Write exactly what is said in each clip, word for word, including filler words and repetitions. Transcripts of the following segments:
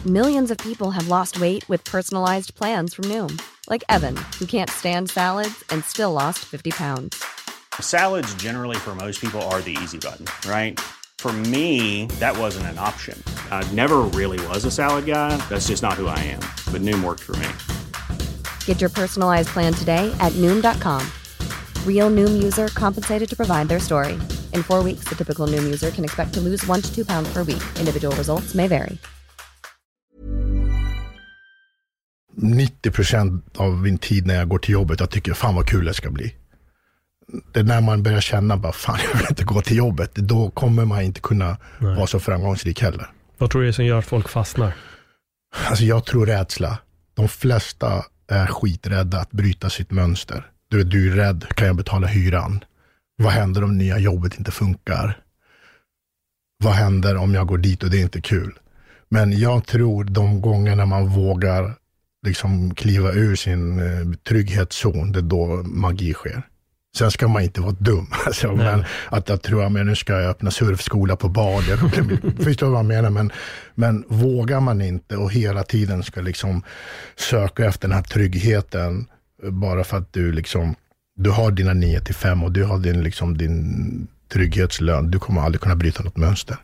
Millions of people have lost weight with personalized plans from Noom. Like Evan, who can't stand salads and still lost fifty pounds. Salads generally for most people are the easy button, right? For me, that wasn't an option. I never really was a salad guy. That's just not who I am. But Noom worked for me. Get your personalized plan today at Noom dot com. Real Noom user compensated to provide their story. In four weeks, the typical Noom user can expect to lose one to two pounds per week. Individual results may vary. nittio procent av min tid när jag går till jobbet, jag tycker fan vad kul det ska bli. Det är när man börjar känna bara fan jag vill inte gå till jobbet, då kommer man inte kunna Nej. vara så framgångsrik heller. Vad tror du är som gör att folk fastnar? Alltså jag tror rädsla. De flesta är skiträdda att bryta sitt mönster. Du är, du är rädd, kan jag betala hyran? Vad händer om nya jobbet inte funkar? Vad händer om jag går dit och det är inte kul? Men jag tror de gångerna man vågar liksom kliva ur sin eh, trygghetszon, det är då magi sker. Sen ska man inte vara dum. Alltså, men att jag tror att nu ska jag öppna surfskola på bad. Jag förstår vad jag menar. Men, men vågar man inte och hela tiden ska liksom söka efter den här tryggheten bara för att du liksom du har dina nio till fem och du har din, liksom, din trygghetslön. Du kommer aldrig kunna bryta något mönster.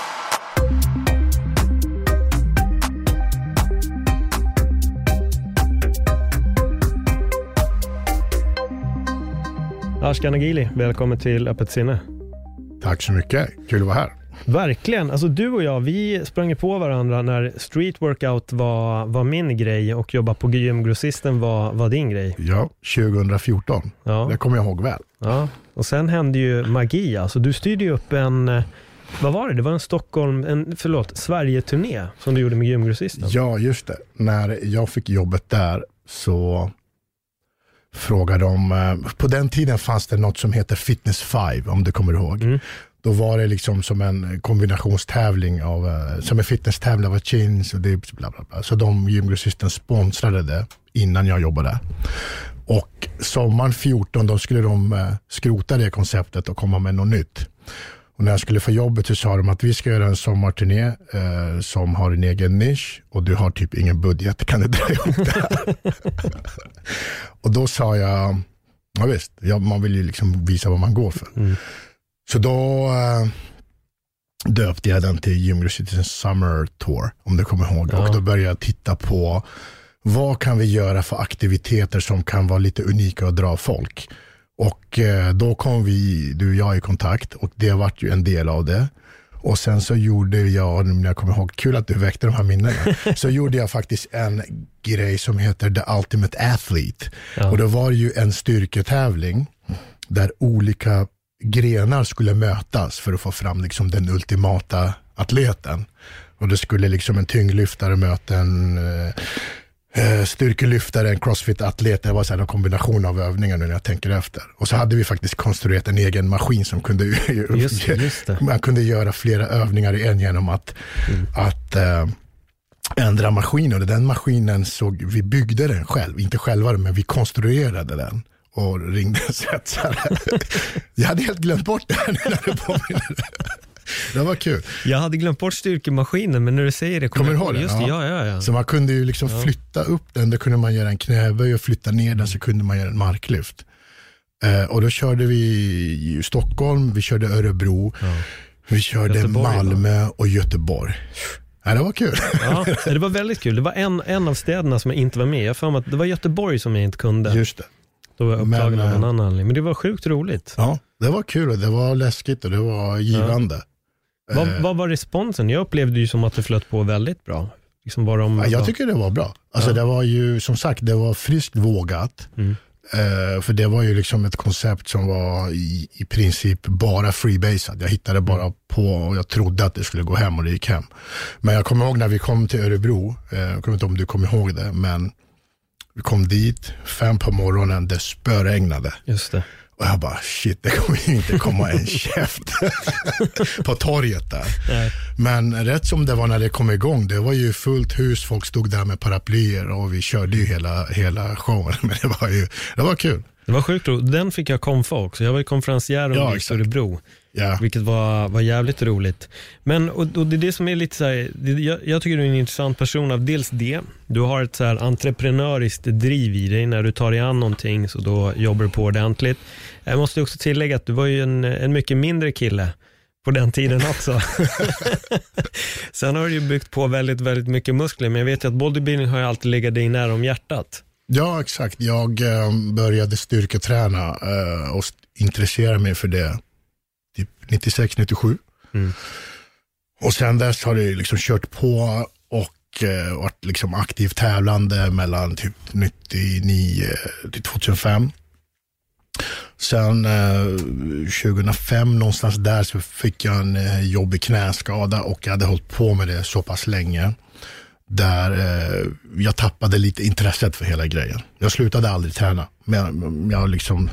Ashkan Aghili, välkommen till Öppet sinne. Tack så mycket, kul att vara här. Verkligen, alltså du och jag, vi sprang på varandra när street workout var, var min grej och jobba på gymgrossisten var, var din grej. Ja, tjugohundrafjorton, ja. Det kommer jag ihåg väl. Ja, och sen hände ju magi, alltså du styrde ju upp en, vad var det? Det var en Stockholm, en, förlåt, Sverige-turné som du gjorde med gymgrossisten. Ja, just det. När jag fick jobbet där så frågade de, på den tiden fanns det något som heter Fitness five, om du kommer ihåg. Mm. Då var det liksom som en kombinationstävling av, som en fitnesstävling av chins och det bla bla bla. Så de gymgrossisten sponsrade det innan jag jobbade. Och sommaren fjorton då skulle de skrota det konceptet och komma med något nytt. Och när jag skulle få jobbet så sa de att vi ska göra en sommarturné eh, som har en egen nisch och du har typ ingen budget, kan du dra ihop det här? Och då sa jag, ja visst, ja, man vill ju liksom visa vad man går för. Mm. Så då eh, döpte jag den till Gymgrossistens Summer Tour, om du kommer ihåg. Ja. Och då började jag titta på vad kan vi göra för aktiviteter som kan vara lite unika och dra folk. Och eh, då kom vi, du och jag, i kontakt och det var ju en del av det. Och sen så gjorde jag, när jag kommer ihåg, kul att du väckte de här minnena, så gjorde jag faktiskt en grej som heter The Ultimate Athlete. Ja. Och det var ju en styrketävling där olika grenar skulle mötas för att få fram liksom den ultimata atleten. Och det skulle liksom en tyngdlyftare möta en eh, styrkelyftare, en crossfit-atlet. Det var så här en kombination av övningar nu när jag tänker efter. Och så hade vi faktiskt konstruerat en egen maskin som kunde just, just det. Man kunde göra flera övningar i en genom att, mm. att eh, ändra maskinen. Och den maskinen såg, vi byggde den själv, inte själva men vi konstruerade den. Och ringde en svetsare. Jag hade helt glömt bort det här när det påminner. Det var kul. Jag hade glömt bort styrkemaskinen, men när du säger det kommer jag ihåg. Just det, ja. Ja, ja. Så man kunde ju liksom ja. flytta upp den. Då kunde man göra en knäböj och flytta ner den, så kunde man göra en marklyft. Eh, och då körde vi i Stockholm, vi körde Örebro, ja. vi körde Göteborg, Malmö va? och Göteborg. Ja, det var kul. Ja, det var väldigt kul. Det var en, en av städerna som jag inte var med. Jag för mig att det var Göteborg som jag inte kunde. Just det. Då var jag upptagen av en annan anledning. Men det var sjukt roligt. Ja, det var kul och det var läskigt och det var givande. Ja. Vad, eh. vad var responsen? Jag upplevde ju som att det flöt på väldigt bra. Liksom var de, ja, jag tycker det var bra. Alltså ja. det var ju, som sagt, det var friskt vågat. Mm. Eh, för det var ju liksom ett koncept som var i, i princip bara freebased. Jag hittade bara mm. på och jag trodde att det skulle gå hem och det gick hem. Men jag kommer ihåg när vi kom till Örebro, eh, jag kommer inte om du kommer ihåg det, men vi kom dit, fem på morgonen, det spöregnade. Just det. Och jag bara, shit, det kommer ju inte komma en käft på torget där. Nej. Men rätt som det var när det kom igång, det var ju fullt hus, folk stod där med paraplyer och vi körde ju hela, hela showen. Men det var ju, det var kul. Det var sjukt roligt. Den fick jag konfa också. Jag var konferencier Ja, i Örebro. Ja. Vilket var, var jävligt roligt. Men och, och det är det som är lite så här, det, jag, jag tycker du är en intressant person av dels det. Du har ett så här entreprenöriskt driv i dig. När du tar dig an någonting så då jobbar du på ordentligt. Jag måste också tillägga att du var ju en, en mycket mindre kille på den tiden också. Sen har du ju byggt på väldigt, väldigt mycket muskler. Men jag vet ju att bodybuilding har ju alltid legat dig nära om hjärtat. Ja, exakt. Jag eh, började styrketräna eh, och st- intressera mig för det typ nittiosex nittiosju. Mm. Och sen dess har det liksom kört på och eh, varit liksom aktiv tävlande mellan typ nittionio till tvåtusenfem. Sen eh, tjugohundrafem någonstans där så fick jag en eh, jobbig knäskada och jag hade hållit på med det så pass länge. Där eh, jag tappade lite intresset för hela grejen. Jag slutade aldrig träna. Men jag liksom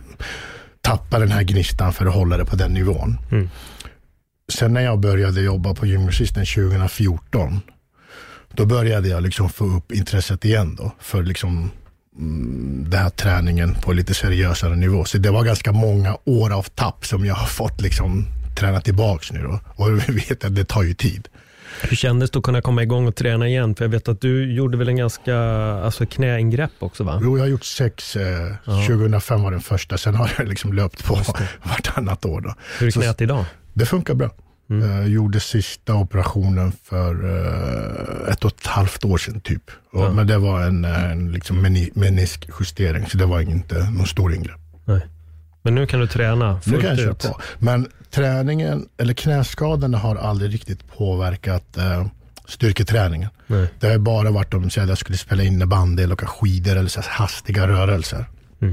tappade den här gnistan för att hålla det på den nivån. Mm. Sen när jag började jobba på Gymgrossisten tjugohundrafjorton, då började jag liksom få upp intresset igen då. För liksom mm, den här träningen på lite seriösare nivå. Så det var ganska många år av tapp som jag har fått liksom träna tillbaks nu då. Och vi vet att det tar ju tid. Hur kändes det att kunna komma igång och träna igen? För jag vet att du gjorde väl en ganska alltså knäingrepp också, va? Jo, jag har gjort sex. Eh, ja. tjugohundrafem var den första. Sen har jag liksom löpt på vartannat år då. Hur är knät idag? Det funkar bra. Mm. Jag gjorde sista operationen för uh, ett och ett halvt år sedan typ. Och, ja. Men det var en, en liksom meni- meniskjustering. Så det var inte någon stor ingrepp. Nej. Men nu kan du träna fullt nu kan jag ut. Köra på. Men träningen, eller knäskadorna har aldrig riktigt påverkat uh, styrketräningen. Nej. Det har bara varit om att jag skulle spela innebandy eller åka skidor eller så hastiga rörelser. Mm.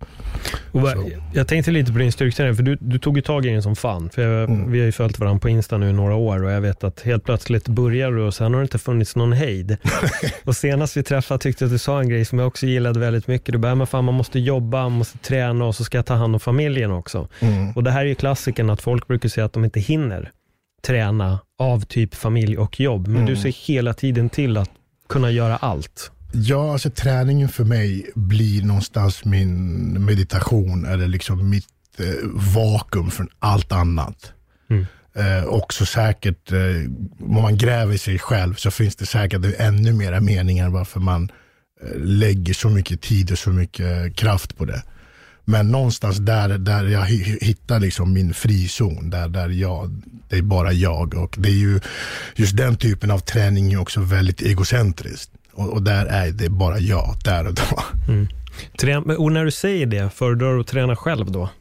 Och jag tänkte lite på din styrketräning, för du, du tog ju tag i den som fan. För jag, mm. vi har ju följt varandra på Insta nu i några år och jag vet att helt plötsligt börjar du och sen har det inte funnits någon hejd. Och senast vi träffade tyckte jag att du sa en grej som jag också gillade väldigt mycket. Du bara, men fan, man måste jobba, man måste träna och så ska jag ta hand om familjen också. Mm. Och det här är ju klassiken att folk brukar säga att de inte hinner träna av typ familj och jobb. Men mm. du ser hela tiden till att kunna göra allt. Ja, alltså träningen för mig blir någonstans min meditation eller liksom mitt eh, vakuum från allt annat. Mm. Eh, också säkert, eh, om man gräver i sig själv så finns det säkert ännu mera meningar varför man eh, lägger så mycket tid och så mycket kraft på det. Men någonstans där, där jag hittar liksom min frizon, där, där jag, det är bara jag. Och det är ju just den typen av träning är också väldigt egocentriskt. Och, och där är det bara jag, där och då. Mm. Trän- och när du säger det, föredrar du att träna själv då?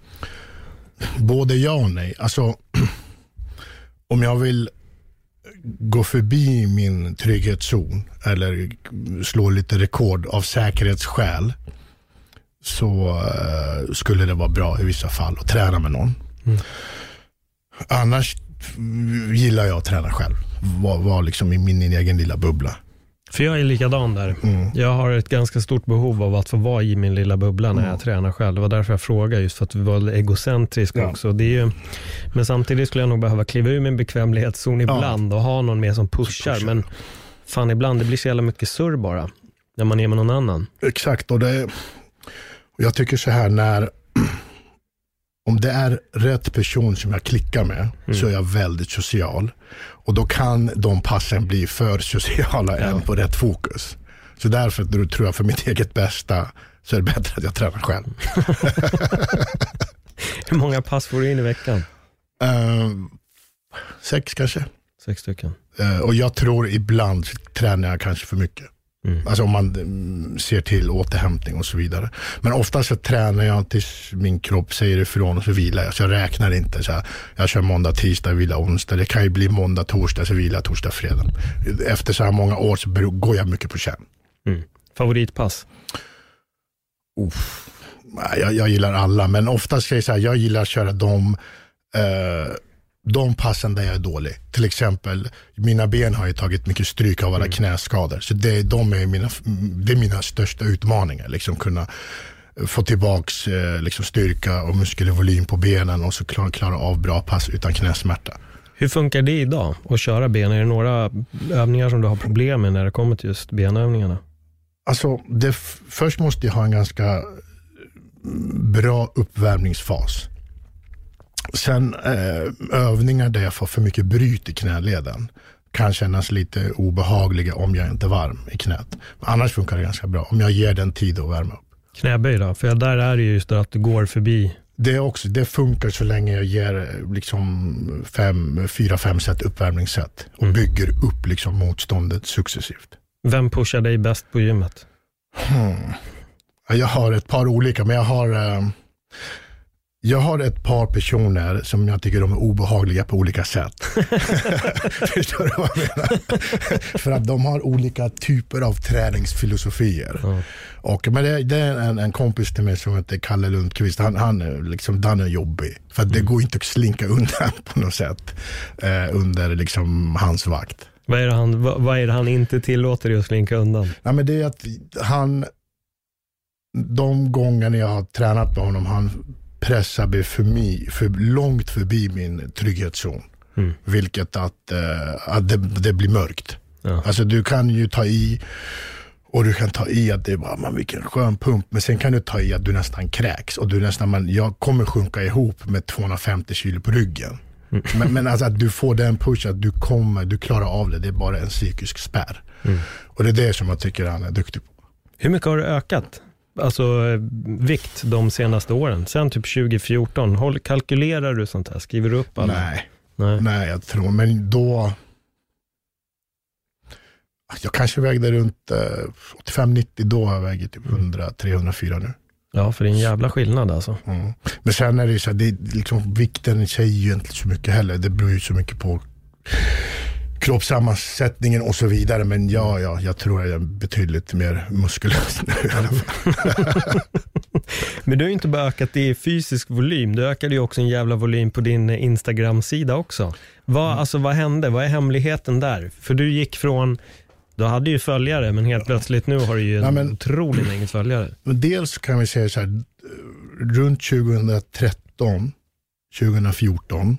Både ja och nej. Alltså, om jag vill gå förbi min trygghetszon eller slå lite rekord av säkerhetsskäl, så uh, skulle det vara bra i vissa fall att träna med någon. Mm. Annars gillar jag att träna själv. Var, var liksom i min egen lilla bubbla. För jag är likadan där. Mm. Jag har ett ganska stort behov av att få vara i min lilla bubbla när mm. jag tränar själv. Det var därför jag frågade, just för att vi var egocentrisk ja. också. Det är ju, men samtidigt skulle jag nog behöva kliva ur min bekvämlighetszon ibland ja. och ha någon mer som pushar. pushar. Men fan, ibland det blir så jävla mycket surr bara när man är med någon annan. Exakt, och det, jag tycker så här, när om det är rätt person som jag klickar med mm. så är jag väldigt social. Och då kan de passen bli för sociala ja. än på rätt fokus. Så därför då tror jag för mitt eget bästa så är det bättre att jag tränar själv. Hur många pass får du in i veckan? Uh, sex kanske. Sex stycken. Uh, och jag tror ibland tränar jag kanske för mycket. Mm. Alltså om man mm, ser till återhämtning och så vidare. Men ofta så tränar jag tills min kropp säger ifrån och så vilar jag. Så jag räknar inte så här, jag kör måndag, tisdag, vila, onsdag. Det kan ju bli måndag, torsdag, så vilar torsdag, fredag. Efter så här många år så går jag mycket på känn. Mm. Favoritpass? Uff. Jag, jag gillar alla, men oftast säger jag så här, jag gillar att köra de eh, de passen där jag är dålig. Till exempel, mina ben har ju tagit mycket stryk av alla mm. knäskador. Så det, de är mina, det är mina största utmaningar. Liksom kunna få tillbaks eh, liksom styrka och muskelvolym på benen och så klara, klara av bra pass utan knäsmärta. Hur funkar det idag att köra ben? Är det några övningar som du har problem med när det kommer till just benövningarna? Alltså, det f- först måste jag ha en ganska bra uppvärmningsfas. Sen eh, övningar där jag får för mycket bryt i knäleden kan kännas lite obehagliga om jag inte är varm i knät. Men annars funkar det ganska bra om jag ger den tid att värma upp. Knäböj då? För där är det just det att du går förbi. Det, också, det funkar så länge jag ger liksom fem, fyra, fem set uppvärmningssätt och mm. bygger upp liksom motståndet successivt. Vem pushar dig bäst på gymmet? Hmm. Jag har ett par olika, men jag har... Eh, Jag har ett par personer som jag tycker de är obehagliga på olika sätt. Förstår du vad jag menar? För att de har olika typer av träningsfilosofier. Mm. Och, men det, det är en, en kompis till mig som heter Kalle Lundqvist. Han, han är liksom, den är jobbig. För att det går inte att slinka undan på något sätt eh, under liksom hans vakt. Vad är det han, vad, vad är det han inte tillåter dig att slinka undan? Ja, men det är att han, de gångerna jag har tränat med honom, han pressar mig för, mig, för långt förbi min trygghetszon. Mm. Vilket att, uh, att det, det blir mörkt. Ja. Alltså du kan ju ta i och du kan ta i att det är bara, man, vilken skön pump. Men sen kan du ta i att du nästan kräks. Och du nästan, man, jag kommer sjunka ihop med tvåhundrafemtio kilo på ryggen. Mm. Men, men alltså att du får den push att du kommer, du klarar av det. Det är bara en psykisk spärr. Mm. Och det är det som jag tycker han är duktig på. Hur mycket har du ökat? Alltså vikt de senaste åren. Sen typ tjugo fjorton. Håll, kalkylerar du sånt här? Skriver du upp alla? Nej. Nej. Nej, jag tror. Men då... Jag kanske vägde runt eh, åttiofem nittio. Då har jag vägt typ hundra tre hundra fyra nu. Ja, för det är en jävla skillnad alltså. Mm. Men sen är det ju så här, det, liksom, vikten säger ju inte så mycket heller. Det beror ju så mycket på kroppssammansättningen och så vidare. Men ja, ja, jag tror att jag är betydligt mer muskulös nu i alla fall. Men du har ju inte bara ökat i fysisk volym. Du ökade ju också en jävla volym på din Instagram-sida också. Vad, mm. alltså, vad hände? Vad är hemligheten där? För du gick från... Du hade ju följare, men helt plötsligt nu har du ju en ja, men, otroligt mängd följare. Men dels kan vi säga så här, runt tjugohundratretton tjugohundrafjorton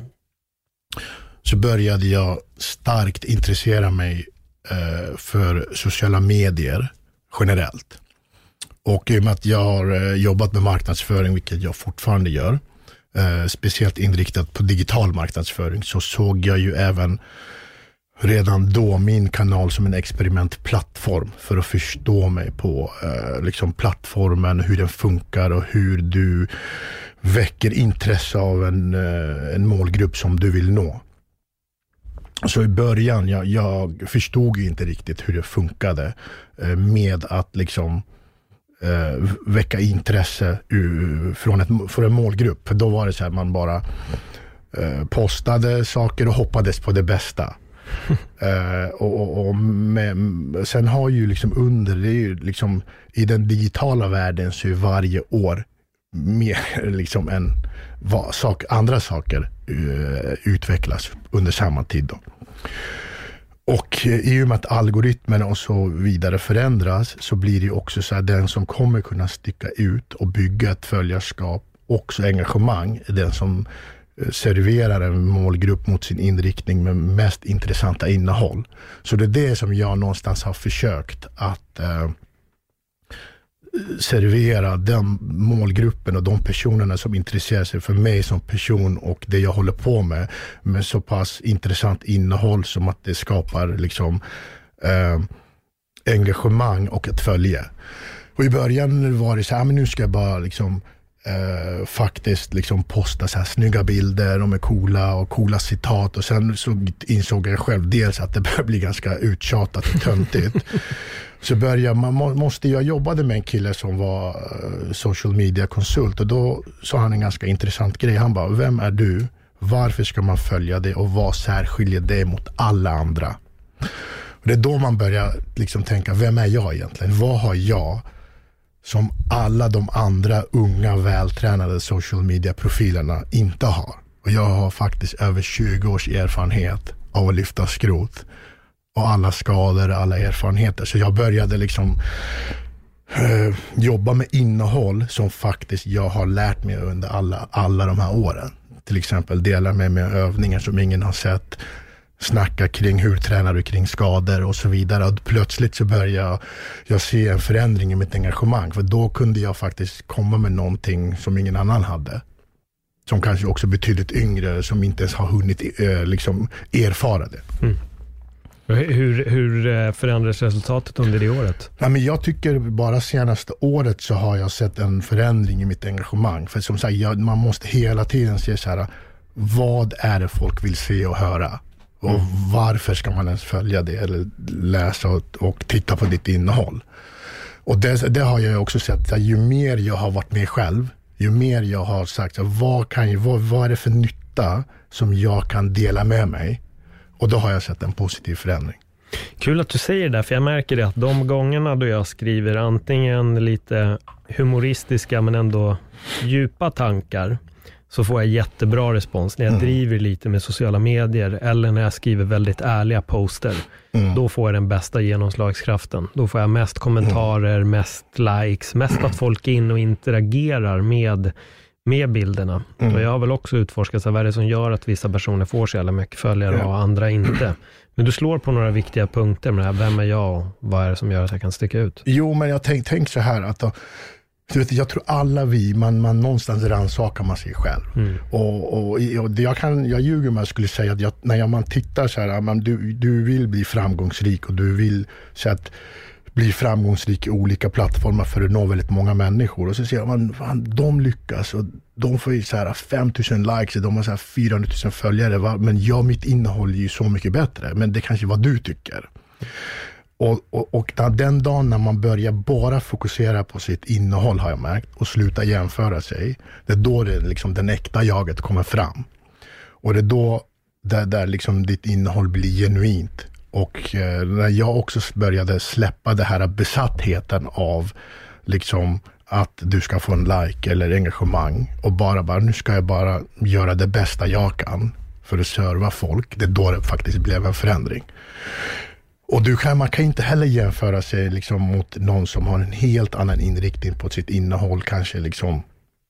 så började jag starkt intressera mig eh, för sociala medier generellt. Och i och med att jag har eh, jobbat med marknadsföring, vilket jag fortfarande gör, eh, speciellt inriktat på digital marknadsföring, så såg jag ju även redan då min kanal som en experimentplattform för att förstå mig på eh, liksom plattformen, hur den funkar och hur du väcker intresse av en, eh, en målgrupp som du vill nå. Så i början, jag, jag förstod ju inte riktigt hur det funkade eh, med att liksom eh, väcka intresse ur, från, ett, från en målgrupp. För då var det så här, man bara eh, postade saker och hoppades på det bästa. uh, och, och, och med, sen har ju liksom under det är ju liksom i den digitala världen så är varje år mer liksom en vad, sak, andra saker uh, utvecklas under samma tid då. Och uh, i och med att algoritmerna och så vidare förändras så blir det också så att den som kommer kunna sticka ut och bygga ett följarskap också engagemang är den som serverar en målgrupp mot sin inriktning med mest intressanta innehåll. Så det är det som jag någonstans har försökt att eh, servera den målgruppen och de personerna som intresserar sig för mig som person och det jag håller på med med så pass intressant innehåll som att det skapar liksom eh, engagemang och ett följe. Och i början var det så här, men nu ska jag bara liksom Uh, faktiskt liksom posta så här snygga bilder och med coola och coola citat och sen så insåg jag själv dels att det börjar bli ganska uttjatat och töntigt. Så började man må, måste jag jobbade med en kille som var uh, social media konsult och då sa han en ganska intressant grej. Han bara, vem är du? Varför ska man följa dig och vad särskiljer dig mot alla andra? Och det är då man börjar liksom tänka, vem är jag egentligen? Vad har jag som alla de andra unga vältränade social media profilerna inte har? Och jag har faktiskt över tjugo års erfarenhet av att lyfta skrot och alla skador, alla erfarenheter. Så jag började liksom eh, jobba med innehåll som faktiskt jag har lärt mig under alla, alla de här åren. Till exempel dela med mig övningar som ingen har sett. snacka kring hur tränar du kring skador och så vidare. Och plötsligt så började jag, jag se en förändring i mitt engagemang. För då kunde jag faktiskt komma med någonting som ingen annan hade. Som kanske också betydligt yngre, som inte ens har hunnit eh, liksom erfara det. Mm. Hur, hur förändras resultatet under det året? Ja, men jag tycker bara senaste året så har jag sett en förändring i mitt engagemang. För som sagt, jag, man måste hela tiden se så här, vad är det folk vill se och höra? Och mm. varför ska man ens följa det eller läsa och, och titta på ditt innehåll? Och det, det har jag också sett, att ju mer jag har varit med själv, ju mer jag har sagt, så vad, kan jag, vad, vad är det för nytta som jag kan dela med mig? Och då har jag sett en positiv förändring. Kul att du säger det, för jag märker det att de gångerna då jag skriver antingen lite humoristiska men ändå djupa tankar, så får jag jättebra respons. När jag mm. driver lite med sociala medier eller när jag skriver väldigt ärliga poster, mm. då får jag den bästa genomslagskraften. Då får jag mest kommentarer, mm. mest likes, mest att folk är in och interagerar med med bilderna. Mm. Och jag har väl också utforskat vad är det som gör att vissa personer får så jävla mycket följare ja. och andra inte. Men du slår på några viktiga punkter med det här. Vem är jag och vad är det som gör att jag kan sticka ut? Jo, men jag tänk, tänk så här att då, du vet, jag tror alla vi, man, man någonstans rannsakar man sig själv. Mm. Och, och, och jag, kan, jag ljuger om jag skulle säga att jag, när jag, man tittar så här, man, du, du vill bli framgångsrik och du vill så att bli framgångsrik i olika plattformar för att nå väldigt många människor. Och så ser man, fan, de lyckas och de får ju så här fem tusen likes och de har så här fyrahundratusen följare. Va? Men jag, mitt innehåll är ju så mycket bättre. Men det kanske är vad du tycker. Och, och, och den dagen när man börjar bara fokusera på sitt innehåll, har jag märkt, och sluta jämföra sig, det är då det, liksom, den äkta jaget kommer fram. Och det är då där, där liksom ditt innehåll blir genuint. Och eh, när jag också började släppa det här besattheten av liksom att du ska få en like eller engagemang och bara, bara nu ska jag bara göra det bästa jag kan för att serva folk, det är då det faktiskt blev en förändring. Och du kan, man kan inte heller jämföra sig liksom mot någon som har en helt annan inriktning på sitt innehåll, kanske liksom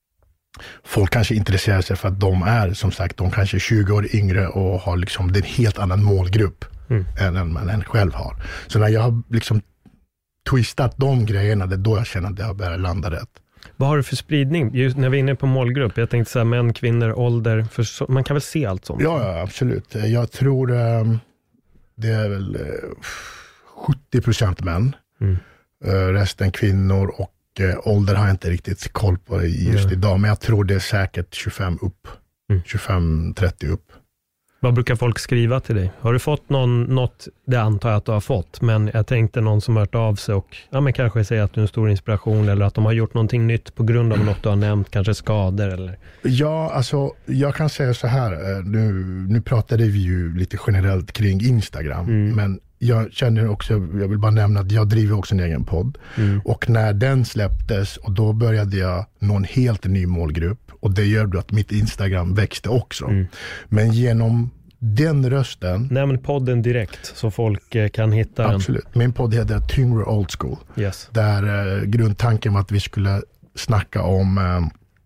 folk kanske intresserar sig för att de är, som sagt, de kanske är tjugo år yngre och har liksom en helt annan målgrupp mm. än, än man än själv har. Så när jag har liksom twistat de grejerna, det är då jag känner att det har börjat landa rätt. Vad har du för spridning? Just när vi är inne på målgrupp, jag tänkte säga män, kvinnor, ålder, för så, man kan väl se allt sånt? Ja, ja, absolut. Jag tror eh, det är väl eh, sjuttio procent män, mm. eh, resten kvinnor, och eh, ålder har jag inte riktigt koll på det just mm. idag, men jag tror det är säkert tjugofem upp, mm. tjugofem trettio upp. Vad brukar folk skriva till dig? Har du fått någon, något, det antar jag att du har fått, men jag tänkte någon som har hört av sig och ja, men kanske säger att du är en stor inspiration eller att de har gjort någonting nytt på grund av något du har nämnt, kanske skador eller? Ja, alltså jag kan säga så här, nu, nu pratade vi ju lite generellt kring Instagram, mm. men jag känner också, jag vill bara nämna att jag driver också en egen podd mm. och när den släpptes och då började jag nå en helt ny målgrupp. Och det gör att mitt Instagram växte också. Mm. Men genom den rösten... Nämn podden direkt så folk eh, kan hitta den. Absolut. Min podd heter Tyngre Old School. Yes. Där eh, grundtanken var att vi skulle snacka om eh,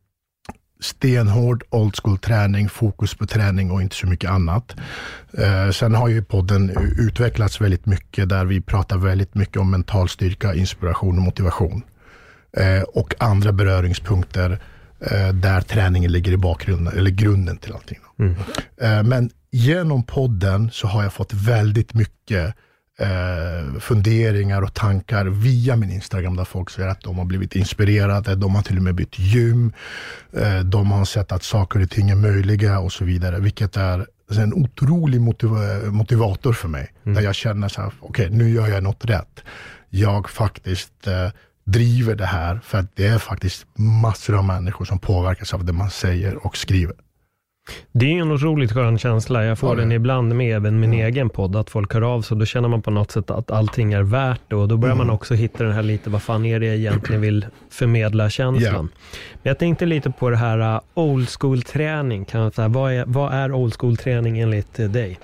stenhård old school träning, fokus på träning och inte så mycket annat. Eh, sen har ju podden utvecklats väldigt mycket där vi pratar väldigt mycket om mental styrka, inspiration och motivation. Eh, och andra beröringspunkter där träningen ligger i bakgrunden eller grunden till allting. Mm. Men genom podden så har jag fått väldigt mycket eh, funderingar och tankar via min Instagram där folk säger att de har blivit inspirerade, de har till och med bytt gym, eh, de har sett att saker och ting är möjliga och så vidare, vilket är en otrolig motiv- motivator för mig. Mm. Där jag känner så här, okej, okay, nu gör jag något rätt. Jag faktiskt eh, driver det här för att det är faktiskt massor av människor som påverkas av det man säger och skriver. Det är en otroligt skön känsla. Jag får ja, den ibland med även min mm. egen podd, att folk hör av sig. Då känner man på något sätt att allting är värt det. Och då börjar mm. man också hitta den här lite, vad fan är det jag egentligen vill förmedla känslan. Yeah. Men jag tänkte lite på det här uh, old school träning. Kan jag säga, vad är, vad är old school träning enligt uh, dig?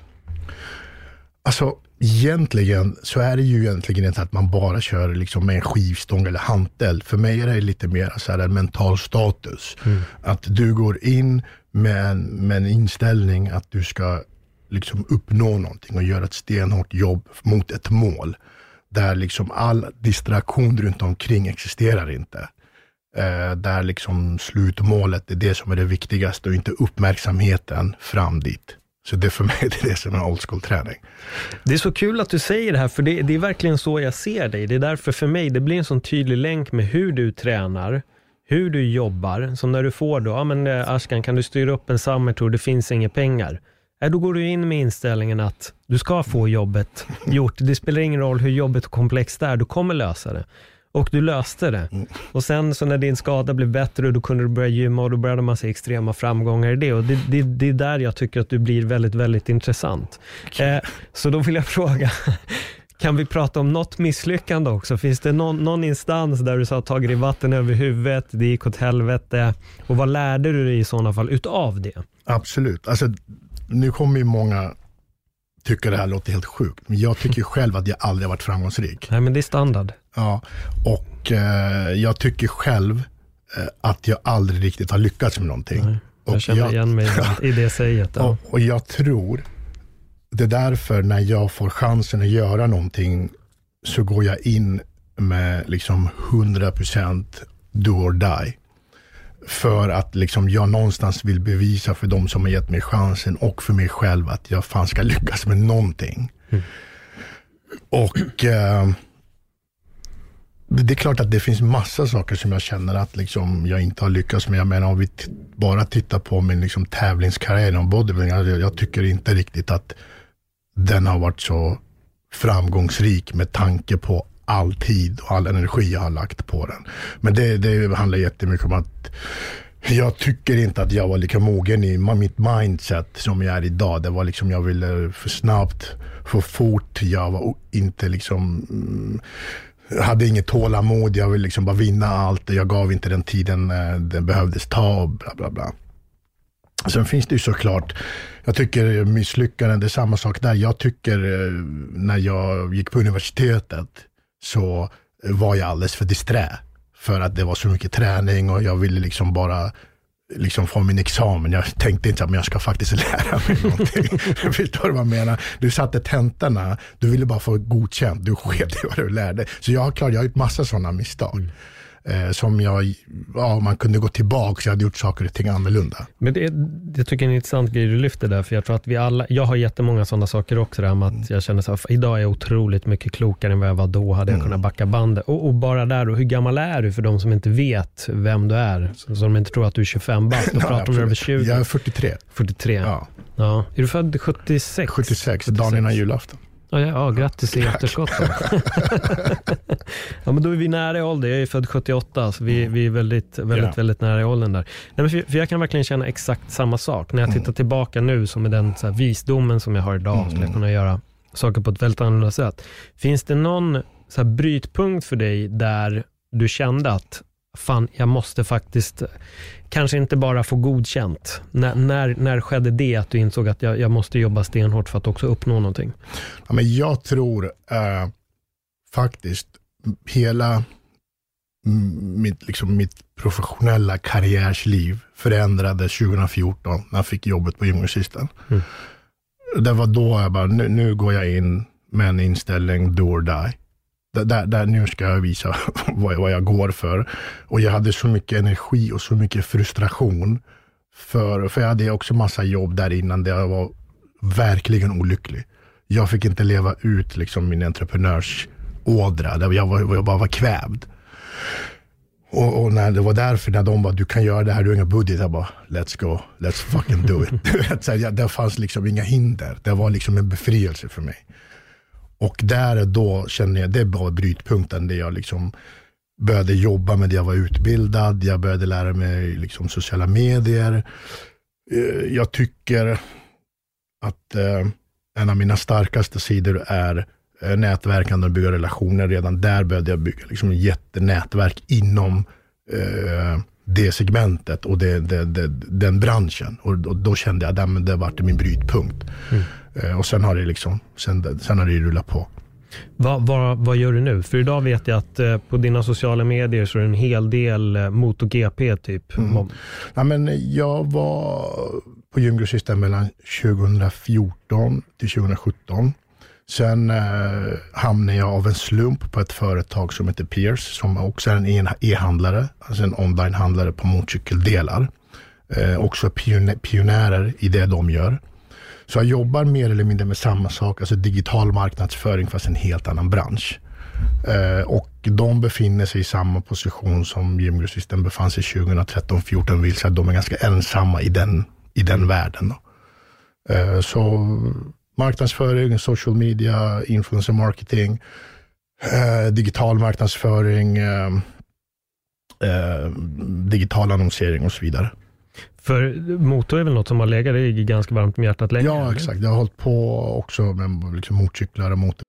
Alltså egentligen så är det ju egentligen inte att man bara kör liksom med en skivstång eller hantel. För mig är det lite mer så här en mental status. Mm. Att du går in med en, med en inställning att du ska liksom uppnå någonting och göra ett stenhårt jobb mot ett mål där liksom all distraktion runt omkring existerar inte. Eh, där liksom slutmålet är det som är det viktigaste och inte uppmärksamheten fram dit. Så det för mig är det som är old school träning. Det är så kul att du säger det här, för det, det är verkligen så jag ser dig. Det är därför för mig det blir en sån tydlig länk med hur du tränar, hur du jobbar. Som när du får då, ja men Ashkan, kan du styra upp en Summer Tour, det finns inga pengar. Äh, då går du in med inställningen att du ska få jobbet gjort. Det spelar ingen roll hur jobbet och komplext det är, du kommer lösa det. Och du löste det. Och sen så när din skada blev bättre, då kunde du börja gymma och då började man se extrema framgångar i det. Och det, det, det är där jag tycker att du blir väldigt, väldigt intressant. Eh, så då vill jag fråga, kan vi prata om något misslyckande också? Finns det någon, någon instans där du sa tagit i vatten över huvudet, det gick åt helvete? Och vad lärde du dig i sådana fall utav det? Absolut. Alltså, nu kommer ju många tycka det här låter helt sjukt. Men jag tycker själv att jag aldrig har varit framgångsrik. Nej, men det är standard. Ja, och eh, jag tycker själv eh, att jag aldrig riktigt har lyckats med någonting. Nej, jag och känner jag, igen mig i det säget. Ja. Och, och jag tror, det är därför när jag får chansen att göra någonting så går jag in med liksom hundra procent do or die. För att liksom jag någonstans vill bevisa för de som har gett mig chansen och för mig själv att jag fan ska lyckas med någonting. Mm. Och eh, det är klart att det finns massa saker som jag känner att liksom jag inte har lyckats med. Jag menar, om vi t- bara tittar på min liksom tävlingskarriär om bodybuilding, jag, jag tycker inte riktigt att den har varit så framgångsrik med tanke på all tid och all energi jag har lagt på den. Men det, det handlar jättemycket om att jag tycker inte att jag var lika mogen i mitt mindset som jag är idag. Det var liksom, jag ville för snabbt, för fort. Jag var inte liksom, jag hade inget tålamod. Jag ville liksom bara vinna allt. Jag gav inte den tiden det behövdes ta och bla bla bla. Sen finns det ju såklart, jag tycker misslyckanden, det är samma sak där. Jag tycker när jag gick på universitetet så var jag alldeles för disträ. För att det var så mycket träning och jag ville liksom bara liksom få min examen. Jag tänkte inte att jag ska faktiskt lära mig någonting. Förstår du vad jag menar? Du satte tentorna, du ville bara få godkänt. Du sket i vad du lärde. Så jag har klart, jag har gjort massa sådana misstag. Mm. Eh, som jag, ja, man kunde gå tillbaka, så jag hade gjort saker och ting annorlunda. Men det, det tycker jag är en intressant grej du lyfter där, för jag tror att vi alla, jag har jättemånga sådana saker också där, med att mm. jag känner så här, idag är jag otroligt mycket klokare än vad jag var då, hade jag mm. kunnat backa bandet. Och, och bara där, och hur gammal är du för de som inte vet vem du är, så, så de inte tror att du är tjugofem bast, och pratar om du över tjugo. Jag är fyrtiotre. fyrtiotre? Ja. Ja. Är du född sjuttiosex? sjuttiosex, dagen innan julafton. Ja, ja, grattis i efterskott. Ja, men då är vi nära i ålder. Jag är född sjuttioåtta, så vi, vi är väldigt, väldigt, yeah. väldigt nära i åldern där. Nej, men för, för jag kan verkligen känna exakt samma sak. När jag tittar tillbaka nu, som är den så här, visdomen som jag har idag, mm. skulle jag kunna göra saker på ett väldigt annorlunda sätt. Finns det någon så här, brytpunkt för dig där du kände att fan, jag måste faktiskt kanske inte bara få godkänt. När, när, när skedde det att du insåg att jag, jag måste jobba stenhårt för att också uppnå någonting? Ja, men jag tror äh, faktiskt hela mitt, liksom, mitt professionella karriärsliv förändrades tjugohundrafjorton när jag fick jobbet på Gymgrossisten. Mm. Det var då jag bara, nu, nu går jag in med en inställning do or die. Där, där nu ska jag visa vad, vad jag går för. Och jag hade så mycket energi och så mycket frustration. För, för jag hade också massa jobb där innan där jag var verkligen olycklig. Jag fick inte leva ut liksom min entreprenörsådra. Där jag, var, jag bara var kvävd. Och, och när det var därför när de bara, du kan göra det här, du har inga budget. Jag bara, let's go, let's fucking do it. Så jag, det fanns liksom inga hinder. Det var liksom en befrielse för mig. Och där då kände jag, det var brytpunkten där jag liksom började jobba med det, jag var utbildad, jag började lära mig liksom sociala medier. Jag tycker att eh, en av mina starkaste sidor är eh, nätverkande och bygga relationer. Redan där började jag bygga liksom ett jättenätverk inom eh, det segmentet och det, det, det, den branschen. Och, och då kände jag att det var min brytpunkt. Mm. Och sen har det liksom sen, sen har det rullat på. Vad, vad, vad gör du nu? För idag vet jag att eh, på dina sociala medier så är det en hel del eh, MotoGP typ. Mm. Ja, men jag var på Gymgrossisten mellan tjugohundrafjorton till tjugohundrasjutton. Sen eh, hamnade jag av en slump på ett företag som heter Pierce, som också är en e-handlare, alltså en online-handlare på motorcykeldelar. Eh, också pionä- pionjärer i det de gör. Så jag jobbar mer eller mindre med samma sak, alltså digital marknadsföring fast en helt annan bransch. Eh, och de befinner sig i samma position som Gymgrossisten befann sig tjugohundratretton fjorton, vill säga att de är ganska ensamma i den, i den världen. Då. Eh, så marknadsföring, social media, influencer marketing, eh, digital marknadsföring, eh, eh, digital annonsering och så vidare. För motor är väl något som har legat i ganska varmt med hjärtat länge? Ja, exakt. Jag har hållit på också med liksom motorcyklar och motor.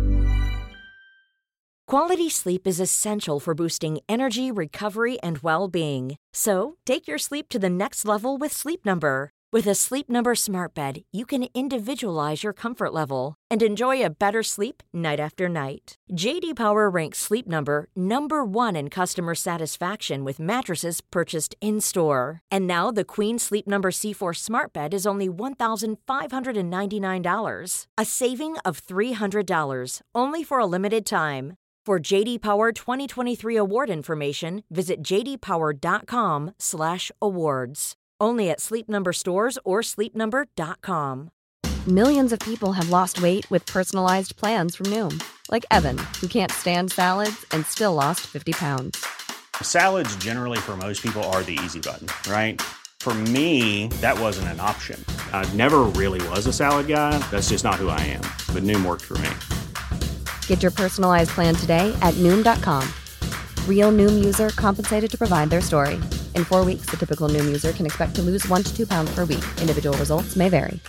Quality sleep is essential for boosting energy, recovery, and well-being. So, take your sleep to the next level with Sleep Number. With a Sleep Number smart bed, you can individualize your comfort level and enjoy a better sleep night after night. J D Power ranks Sleep Number number one in customer satisfaction with mattresses purchased in-store. And now the Queen Sleep Number C four smart bed is only one thousand five hundred ninety-nine dollars, a saving of three hundred dollars, only for a limited time. For J D Power twenty twenty-three award information, visit j d power dot com slash awards. Only at Sleep Number stores or sleep number dot com. Millions of people have lost weight with personalized plans from Noom. Like Evan, who can't stand salads and still lost fifty pounds. Salads generally for most people are the easy button, right? For me, that wasn't an option. I never really was a salad guy. That's just not who I am. But Noom worked for me. Get your personalized plan today at Noom dot com. Real Noom user compensated to provide their story. In four weeks, the typical Noom user can expect to lose one to two pounds per week. Individual results may vary.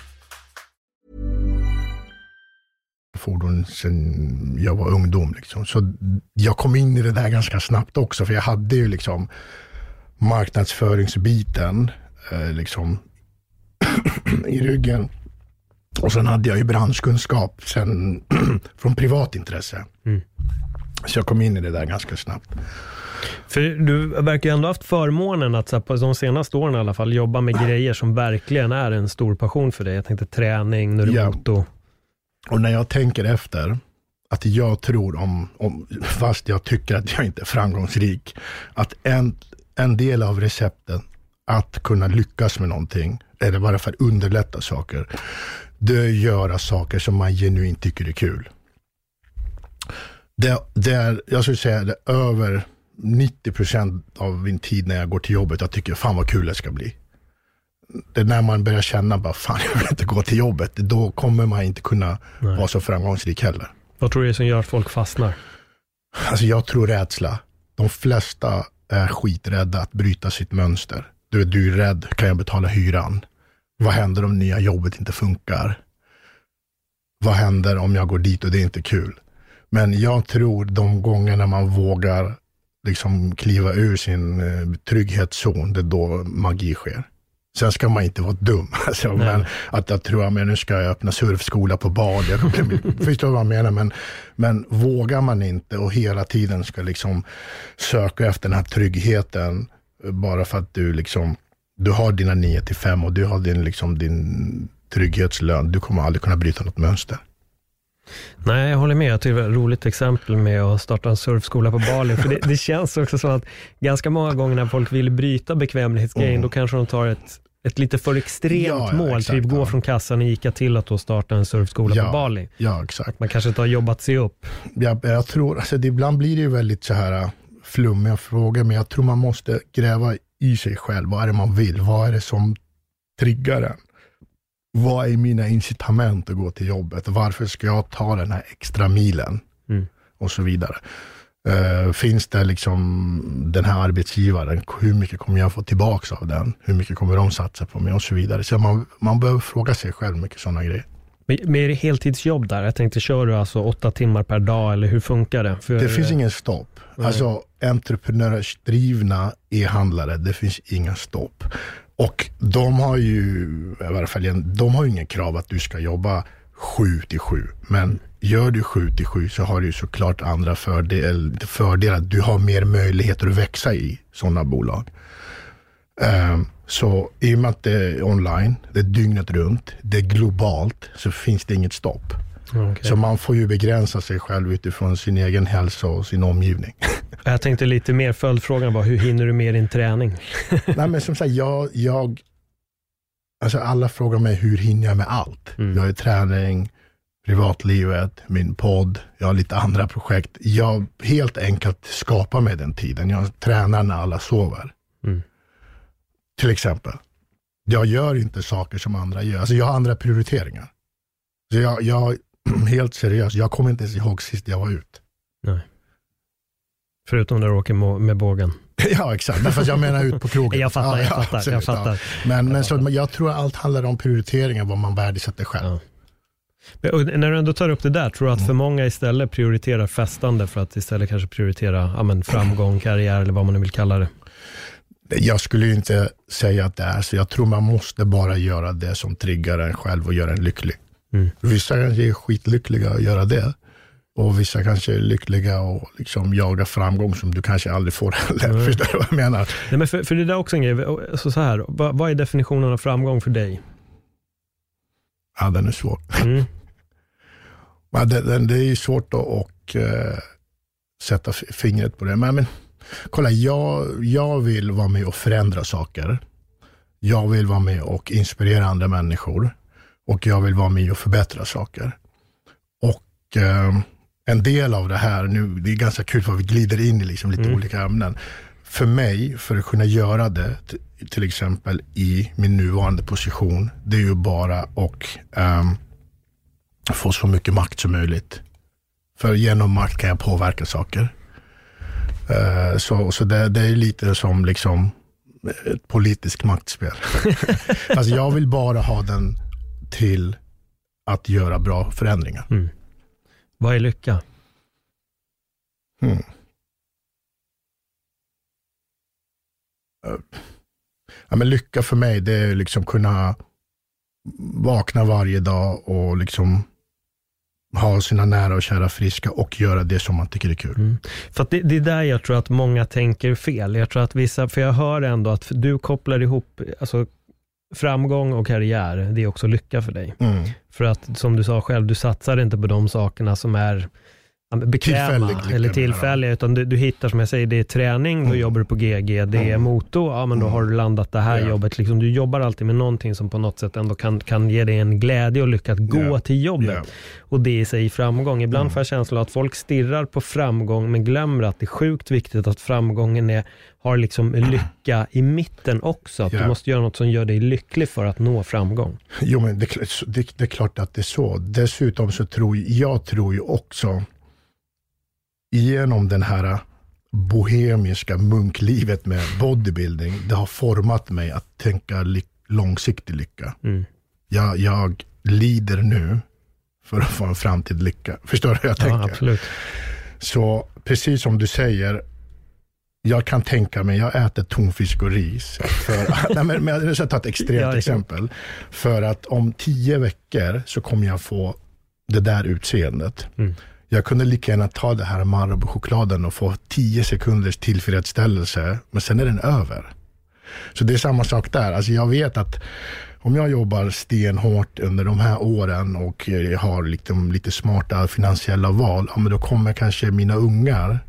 Fordon sen jag var ungdom liksom. Så jag kom in i det där ganska snabbt också, för jag hade ju liksom marknadsföringsbiten eh, liksom i ryggen. Och sen hade jag ju branschkunskap sen från privatintresse. Mm. Så jag kom in i det där ganska snabbt. För du verkar ju ändå haft förmånen att så på de senaste åren i alla fall jobba med grejer som verkligen är en stor passion för dig. Jag tänkte träning, nu är det ja. moto. Och när jag tänker efter att jag tror om, om, fast jag tycker att jag inte är framgångsrik, att en, en del av recepten att kunna lyckas med någonting, eller bara för att underlätta saker, det är att göra saker som man genuint tycker är kul. Det, det är, jag skulle säga det är över nittio procent av min tid när jag går till jobbet jag tycker fan vad kul det ska bli. Det är när man börjar känna bara fan jag vill inte gå till jobbet, då kommer man inte kunna Nej. vara så framgångsrik heller. Vad tror du är som gör att folk fastnar? Alltså jag tror rädsla. De flesta är skiträdda att bryta sitt mönster. Du, du är rädd, kan jag betala hyran? Vad händer om nya jobbet inte funkar? Vad händer om jag går dit och det är inte kul? Men jag tror de gångerna man vågar liksom kliva ur sin eh, trygghetszon, det är då magi sker. Sen ska man inte vara dum. Alltså, men att jag tror att nu ska jag öppna surfskola på bad. Jag förstår vad jag menar. Men, men vågar man inte och hela tiden ska liksom söka efter den här tryggheten bara för att du liksom du har dina nio till fem och du har din, liksom, din trygghetslön. Du kommer aldrig kunna bryta något mönster. Nej, jag håller med. Jag tycker det var ett roligt exempel med att starta en surfskola på Bali. För det, det känns också som att ganska många gånger när folk vill bryta bekvämlighetsgrejen, mm. då kanske de tar ett, ett lite för extremt ja, ja, mål. Exakt, typ gå ja. från kassan i ICA till att då starta en surfskola ja, på Bali. Ja, exakt. Att man kanske inte har jobbat sig upp. Jag, jag tror, alltså det, ibland blir det ju väldigt så här flummiga frågor, men jag tror man måste gräva i sig själv. Vad är det man vill? Vad är det som triggar en? Vad är mina incitament att gå till jobbet? Varför ska jag ta den här extra milen? Mm. Och så vidare. Uh, finns det liksom den här arbetsgivaren? Hur mycket kommer jag få tillbaka av den? Hur mycket kommer de satsa på mig? Och så vidare. Så man, man behöver fråga sig själv mycket sådana grejer. Men, men är det heltidsjobb där? Jag tänkte, kör du alltså åtta timmar per dag eller hur funkar det? För, det finns ingen stopp. Nej. Alltså entreprenörsdrivna e-handlare, det finns inga stopp. Och de har ju i varje fall, de har ju ingen krav att du ska jobba sju till sju. Men mm. gör du sju till sju så har du ju såklart andra fördelar. Fördelar. Du har mer möjligheter att växa i sådana bolag. Um, Så i och med att det är online, det är dygnet runt, det är globalt, så finns det inget stopp. Okay. Så man får ju begränsa sig själv utifrån sin egen hälsa och sin omgivning. Jag tänkte lite mer, följdfrågan var, hur hinner du med din träning? Nej, men som sagt, jag, jag alltså alla frågar mig hur hinner jag med allt. Mm. Jag har träning, privatlivet, min podd, jag har lite andra projekt. Jag helt enkelt skapar mig den tiden. Jag tränar när alla sover. Mm. Till exempel. Jag gör inte saker som andra gör. Alltså jag har andra prioriteringar. Så jag, jag helt seriöst, jag kommer inte ens ihåg sist jag var ut. Nej. Förutom när du åker med bågen. Ja, exakt. Men fast jag menar ut på krogen. Jag fattar, jag fattar. Ja, jag fattar. Ja. Men, men så, jag tror att allt handlar om prioriteringar, vad man värdesätter själv. Ja. Men, och när du ändå tar upp det där, tror du att för många istället prioriterar festande för att istället kanske prioritera ja, men, framgång, karriär eller vad man nu vill kalla det? Jag skulle ju inte säga att det är så. Jag tror man måste bara göra det som triggar en själv och gör en lycklig. Mm. Vissa kanske är skitlyckliga att göra det. Och vissa kanske är lyckliga och liksom jaga framgång som du kanske aldrig får heller. Mm. Förstår du vad jag menar? Nej, men för, för det där också en grej. Så, så här, vad, vad är definitionen av framgång för dig? Ja, den är svår. Mm. Men det, det, det är ju svårt att och, uh, sätta fingret på det. Men, men kolla, jag, jag vill vara med och förändra saker. Jag vill vara med och inspirera andra människor. Och jag vill vara med och förbättra saker. Och uh, en del av det här, nu det är ganska kul för vi glider in i liksom lite mm. olika ämnen. För mig, för att kunna göra det, t- till exempel i min nuvarande position, det är ju bara att um, få så mycket makt som möjligt. För genom makt kan jag påverka saker. Uh, så så det, det är lite som liksom ett politiskt maktspel. Alltså jag vill bara ha den till att göra bra förändringar. Mm. Vad är lycka? Hmm. Ja, men lycka för mig, det är liksom kunna vakna varje dag och liksom ha sina nära och kära friska och göra det som man tycker är kul. Mm. För att det, det är där jag tror att många tänker fel. Jag tror att vissa, för jag hör ändå att du kopplar ihop alltså framgång och karriär, det är också lycka för dig. Mm. För att som du sa själv, du satsar inte på de sakerna som är bekväma Tillfällig, eller tillfälliga, utan du, du hittar, som jag säger, det är träning, mm. då jobbar du på G G, det mm. är motor, ja men då har du landat det här yeah. jobbet, liksom, du jobbar alltid med någonting som på något sätt ändå kan, kan ge dig en glädje och lycka att gå yeah. till jobbet, yeah. och det är i sig framgång. Ibland mm. får jag känslan att folk stirrar på framgång men glömmer att det är sjukt viktigt att framgången är, har liksom lycka i mitten också, att yeah. du måste göra något som gör dig lycklig för att nå framgång. Jo, men det, det, det är klart att det är så. Dessutom så tror jag tror ju också genom den här bohemiska munklivet med bodybuilding, det har format mig att tänka li- långsiktig lycka. Mm. Jag, jag lider nu för att få en framtid lycka. Förstår du hur jag tänker? Ja, absolut. Så precis som du säger, jag kan tänka mig, jag äter tonfisk och ris. För, nej, men, men jag ska ta ett extremt ja, exempel. För att om tio veckor så kommer jag få det där utseendet. Mm. Jag kunde lika gärna ta det här Marabou-chokladen och få tio sekunders tillfredsställelse, men sen är den över. Så det är samma sak där. Alltså jag vet att om jag jobbar stenhårt under de här åren och jag har liksom lite smarta finansiella val, ja, men då kommer kanske mina ungar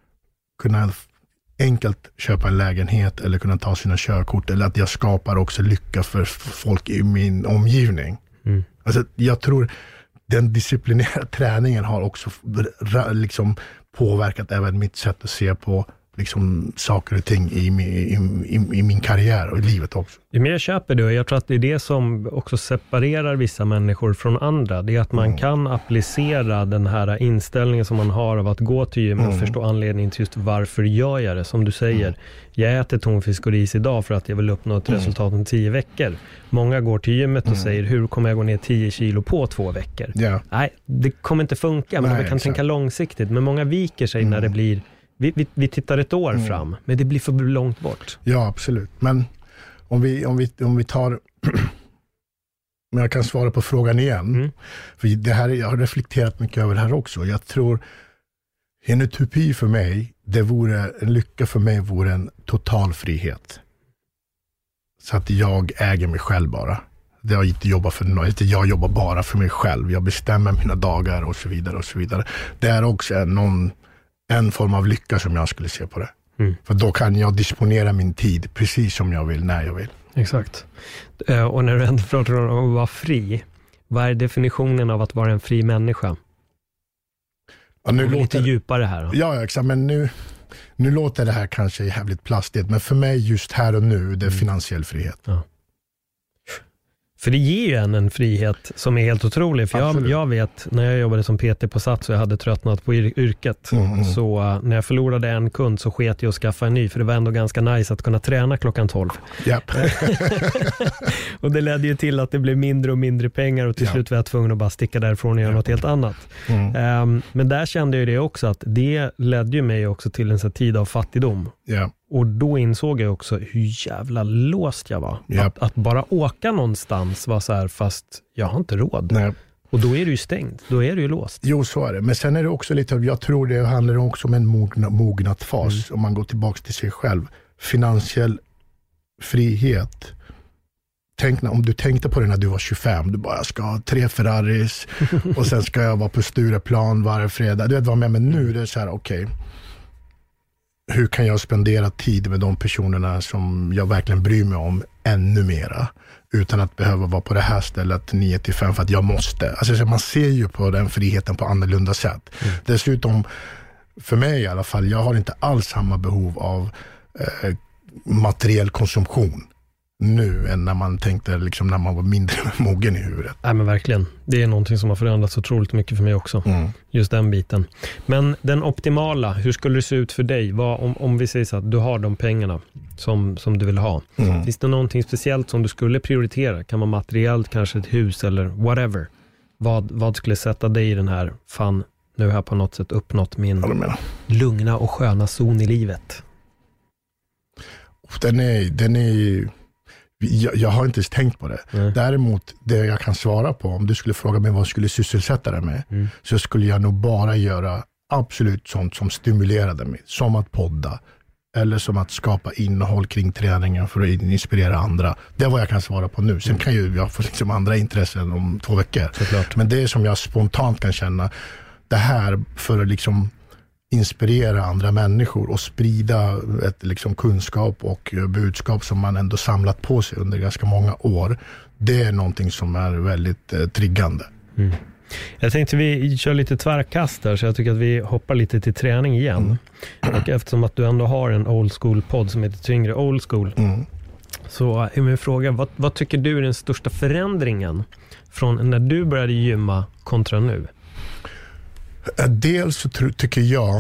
kunna enkelt köpa en lägenhet eller kunna ta sina körkort, eller att jag skapar också lycka för folk i min omgivning. Mm. Alltså jag tror den disciplinerade träningen har också liksom påverkat även mitt sätt att se på liksom saker och ting i, i, i, i min karriär och i livet också. Ju mer jag köper det, och jag tror att det är det som också separerar vissa människor från andra. Det är att man mm. kan applicera den här inställningen som man har av att gå till gym och mm. förstå anledningen till just varför gör jag det. Som du säger, mm. jag äter tonfisk och ris idag för att jag vill uppnå ett mm. resultat om tio veckor. Många går till gymmet och mm. säger, hur kommer jag gå ner tio kilo på två veckor? Yeah. Nej, det kommer inte funka, men Nej, vi kan exakt. tänka långsiktigt. Men många viker sig mm. när det blir Vi, vi, vi tittar ett år mm. fram, men det blir för långt bort. Ja, absolut. Men om vi, om vi, om vi tar... men jag kan svara på frågan igen. Mm. För det här, jag har reflekterat mycket över det här också. Jag tror en utopi för mig, det vore, en lycka för mig vore en total frihet. Så att jag äger mig själv bara. Jag inte jobbar för något, jag jobbar bara för mig själv. Jag bestämmer mina dagar och så vidare och så vidare. Det är också en, någon, en form av lycka som jag skulle se på det. Mm. För då kan jag disponera min tid precis som jag vill, när jag vill. Exakt. Och när du ändå pratar om att vara fri, vad är definitionen av att vara en fri människa? Ja, nu låter lite djupare här. Då. Ja, exakt. Men nu, nu låter det här kanske jävligt plastigt. Men för mig just här och nu, det är mm. finansiell frihet. Ja. För det ger ju en en frihet som är helt otrolig. För jag, jag vet, när jag jobbade som P T på Sats och jag hade tröttnat på yrket. Mm, mm. Så uh, när jag förlorade en kund så sket jag att skaffa en ny. För det var ändå ganska nice att kunna träna klockan tolv. Yep. Och det ledde ju till att det blev mindre och mindre pengar. Och till yep. slut var jag tvungen att bara sticka därifrån och göra yep. något helt annat. Mm. Um, men där kände jag det också att det ledde ju mig också till en sån tid av fattigdom. Yep. Och då insåg jag också hur jävla låst jag var. Yep. Att, att bara åka någonstans var så här, fast jag har inte råd. Nej. Och då är du ju stängd. Då är du ju låst. Jo, så är det. Men sen är det också lite, jag tror det handlar också om en mogna, mognat fas. Mm. Om man går tillbaka till sig själv. Finansiell frihet. Tänk när, om du tänkte på det när du var tjugofem. Du bara, jag ska ha tre Ferraris. Och sen ska jag vara på Stureplan varje fredag. Du vet vad med, men nu är det så här, okej. Okay. Hur kan jag spendera tid med de personerna som jag verkligen bryr mig om ännu mera utan att behöva vara på det här stället nio till fem för att jag måste. Alltså man ser ju på den friheten på annorlunda sätt. Mm. Dessutom, för mig i alla fall, jag har inte alls samma behov av eh, materiell konsumtion nu än när man tänkte liksom när man var mindre mogen i huvudet. Nej men verkligen. Det är någonting som har förändrats otroligt mycket för mig också. Mm. Just den biten. Men den optimala, hur skulle det se ut för dig? Vad, om, om vi säger så att du har de pengarna som, som du vill ha. Mm. Finns det någonting speciellt som du skulle prioritera? Kan man materiellt, kanske ett hus eller whatever? Vad, vad skulle sätta dig i den här, fan, nu har jag på något sätt uppnått min lugna och sköna zon i livet? Den är, den är Jag, jag har inte ens tänkt på det. Mm. Däremot, det jag kan svara på, om du skulle fråga mig vad jag skulle sysselsätta dig med, mm. så skulle jag nog bara göra absolut sånt som stimulerade mig. Som att podda. Eller som att skapa innehåll kring träningen för att inspirera andra. Det är vad jag kan svara på nu. Sen mm. kan ju jag få liksom andra intressen om två veckor. Såklart. Men det är som jag spontant kan känna. Det här för att liksom inspirera andra människor och sprida ett liksom kunskap och budskap som man ändå samlat på sig under ganska många år. Det är någonting som är väldigt eh, triggande. Mm. Jag tänkte vi kör lite tvärkast där, så jag tycker att vi hoppar lite till träning igen. Mm. Och eftersom att du ändå har en old school podd som heter Tyngre Old School, mm. så är min fråga, vad, vad tycker du är den största förändringen från när du började gymma kontra nu? Dels så tycker jag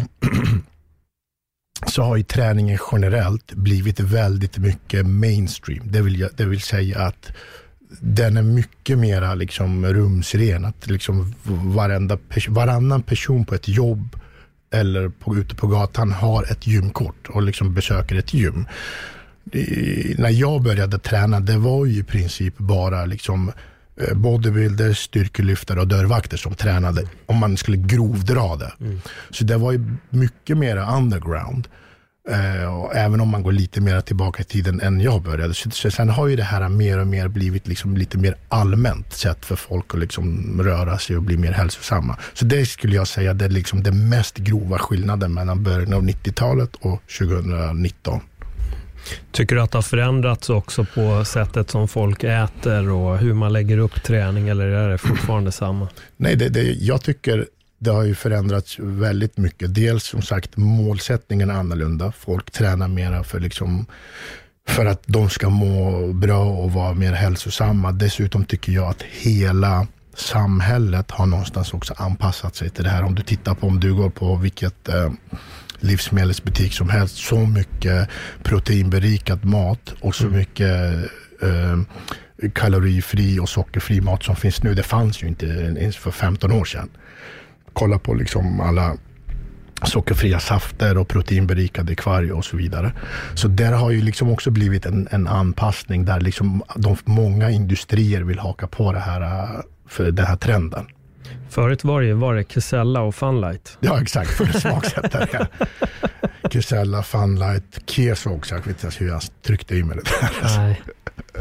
så har ju träningen generellt blivit väldigt mycket mainstream. Det vill, jag, det vill säga att den är mycket mera liksom rumsren. Att liksom varenda, varannan person på ett jobb eller på, ute på gatan har ett gymkort och liksom besöker ett gym. Det, när jag började träna, det var ju i princip bara liksom bodybuilders, styrkelyftare och dörrvakter som tränade, om man skulle grovdra det. Mm. Så det var ju mycket mer underground. Eh, och även om man går lite mer tillbaka i tiden än jag började. Så, så sen har ju det här mer och mer blivit liksom lite mer allmänt sätt för folk att liksom röra sig och bli mer hälsosamma. Så det skulle jag säga det är liksom den mest grova skillnaden mellan början av nittiotalet och tjugonitton. Tycker du att det har förändrats också på sättet som folk äter och hur man lägger upp träning, eller är det fortfarande samma? Nej, det, det, jag tycker det har ju förändrats väldigt mycket. Dels som sagt, målsättningen är annorlunda. Folk tränar mera för, liksom, för att de ska må bra och vara mer hälsosamma. Dessutom tycker jag att hela samhället har någonstans också anpassat sig till det här. Om du tittar på, om du går på vilket eh, livsmedelsbutik som helst, så mycket proteinberikad mat och så mm. mycket eh, kalorifri och sockerfri mat som finns nu. Det fanns ju inte ens för femton år sedan. Kolla på liksom alla sockerfria safter och proteinberikade kvarg och så vidare. Så där har ju liksom också blivit en, en anpassning där liksom de många industrier vill haka på det här, för den här trenden. Förut var det, var det Kesella och Funlight. Ja, exakt, för det smaksättare. Ja. Kesella, Funlight, Keso också. Jag vet inte hur jag tryckte i mig det där. Nej.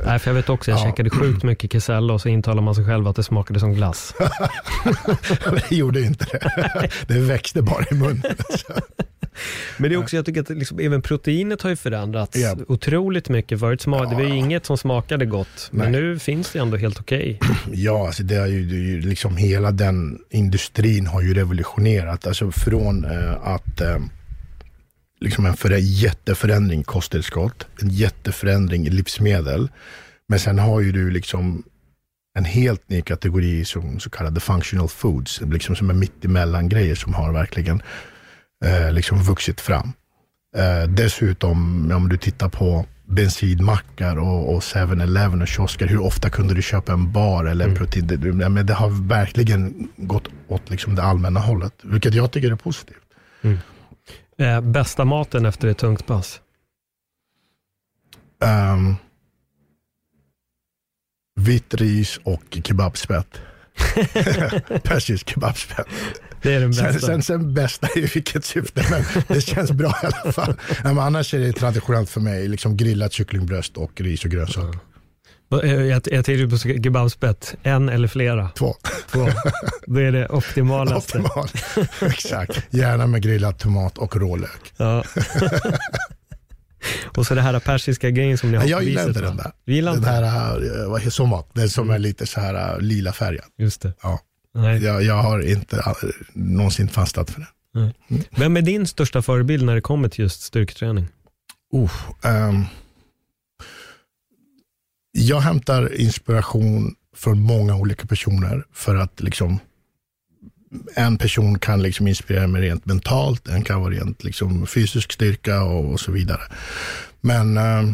Nej, för jag vet också, jag ja. käkade sjukt mycket kesella och så intalar man sig själv att det smakade som glass. Det gjorde inte det. Det växte bara i munnen. Men det är också, jag tycker att liksom, även proteinet har ju förändrats yeah. otroligt mycket. Förut smak, ja. det var ju inget som smakade gott. Men Nej. nu finns det ändå helt okej. Okay. Ja, alltså det är ju, det är ju liksom hela den industrin har ju revolutionerat. Alltså från eh, att eh, liksom en för, jätteförändring kosttillskott, en jätteförändring i livsmedel. Men sen har ju du liksom en helt ny kategori som så kallade functional foods. Liksom som är mitt emellan grejer som har verkligen Eh, liksom vuxit fram. Eh, dessutom, om du tittar på bensinmackar och, och seven eleven och kiosker, hur ofta kunde du köpa en bar eller en mm. protein? Det, men det har verkligen gått åt liksom det allmänna hållet, vilket jag tycker är positivt. Mm. Eh, bästa maten efter ett tungt pass? Um, vitt ris och kebabspett. Persisk kebabspett. Det är den bästa. Sen, sen, sen bästa i vilket syfte, men det känns bra i alla fall. Men annars är det traditionellt för mig, liksom grillat kycklingbröst och ris och grönsaker. Ja. Jag, jag tänkte på kebabspett, en eller flera? Två. Två. Det är det optimalaste. Optimal. Exakt. Gärna med grillad tomat och rålök. Ja. Och så det här persiska grejen som ni har jag på gillar viset. Inte den där. Gillar den inte här, vad heter somat? Den som mm. är lite så här lila färgad. Just det. Ja. Nej. Jag, jag har inte all, någonsin fastnat för det. Nej. Mm. Vem är din största förebild när det kommer till just styrketräning? Uh, um, jag hämtar inspiration från många olika personer för att liksom en person kan liksom inspirera mig rent mentalt, en kan vara rent liksom fysisk styrka och, och så vidare. Men uh,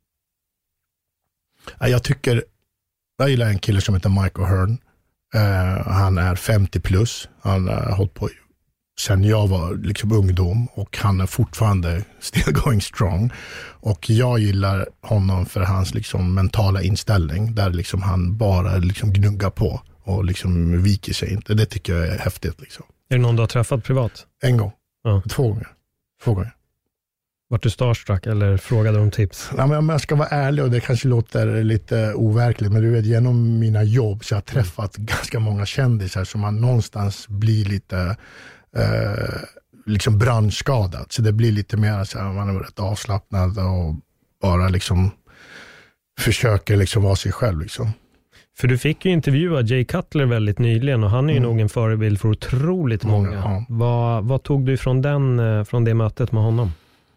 jag tycker jag gillar en kille som heter Mike O'Hearn. Uh, han är femtio plus. Han har hållit på sen jag var liksom ungdom och han är fortfarande still going strong. Och jag gillar honom för hans liksom mentala inställning där liksom han bara liksom gnuggar på och liksom viker sig inte. Det tycker jag är häftigt. Liksom. Är det någon du har träffat privat? En gång. Ja. Två gånger. Två gånger. Vart du starstruck eller frågade om tips? Ja, men om jag ska vara ärlig, och det kanske låter lite overkligt, men du vet, genom mina jobb så har jag träffat mm. ganska många kändisar som man någonstans blir lite eh, liksom brandskadad. Så det blir lite mer så här, man är rätt avslappnad och bara liksom försöker liksom vara sig själv liksom. För du fick ju intervjua Jay Cutler väldigt nyligen och han är ju mm. nog en förebild för otroligt många. många. Ja. Vad, vad tog du från, den, från det mötet med honom?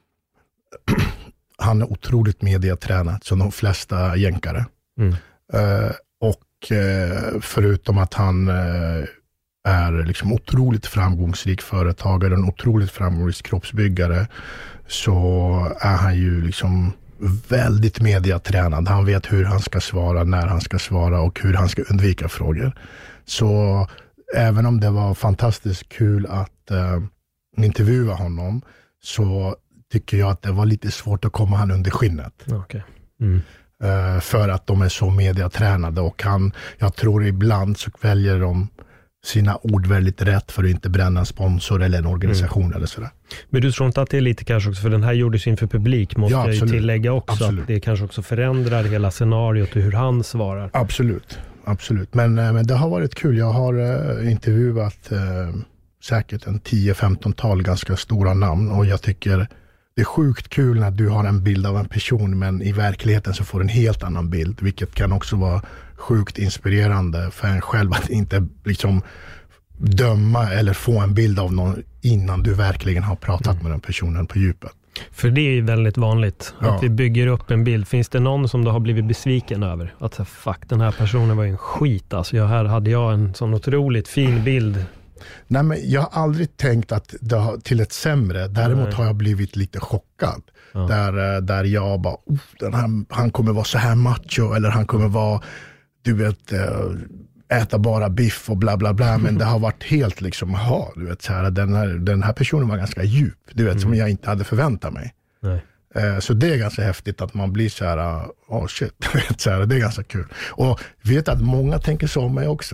Han är otroligt mediatränad som de flesta jänkare. Mm. Uh, och uh, förutom att han uh, är liksom otroligt framgångsrik företagare, en otroligt framgångsrik kroppsbyggare, så är han ju liksom väldigt mediatränad. Han vet hur han ska svara, när han ska svara och hur han ska undvika frågor. Så även om det var fantastiskt kul att uh, intervjua honom, så tycker jag att det var lite svårt att komma han under skinnet. Okay. Mm. Uh, för att de är så mediatränade och han, jag tror ibland så väljer de sina ord väldigt rätt för att inte bränna en sponsor eller en organisation mm. eller sådär. Men du tror inte att det är lite kanske också, för den här gjordes inför publik, måste ja, jag ju tillägga också, absolut. Att det kanske också förändrar hela scenariot och hur han svarar. Absolut, absolut. Men, men det har varit kul. Jag har uh, intervjuat uh, säkert en tio femton tal ganska stora namn och jag tycker det är sjukt kul när du har en bild av en person men i verkligheten så får du en helt annan bild, vilket kan också vara sjukt inspirerande för en själv att inte liksom döma eller få en bild av någon innan du verkligen har pratat mm. med den personen på djupet. För det är ju väldigt vanligt att ja. vi bygger upp en bild. Finns det någon som du har blivit besviken över? Att fuck, den här personen var ju en skit. Alltså jag, här hade jag en sån otroligt fin bild. Nej, men jag har aldrig tänkt att det har till ett sämre. Däremot Nej. har jag blivit lite chockad. Ja. Där, där jag bara, oh, den här, han kommer vara så här macho. Eller han kommer vara, du vet, äta bara biff och bla bla bla. Men det har varit helt liksom, aha, du vet, så här, den, här, den här personen var ganska djup. Du vet, mm. som jag inte hade förväntat mig. Nej. Så det är ganska häftigt att man blir så här, oh shit, så här, det är ganska kul. Och vet att många tänker så om mig också.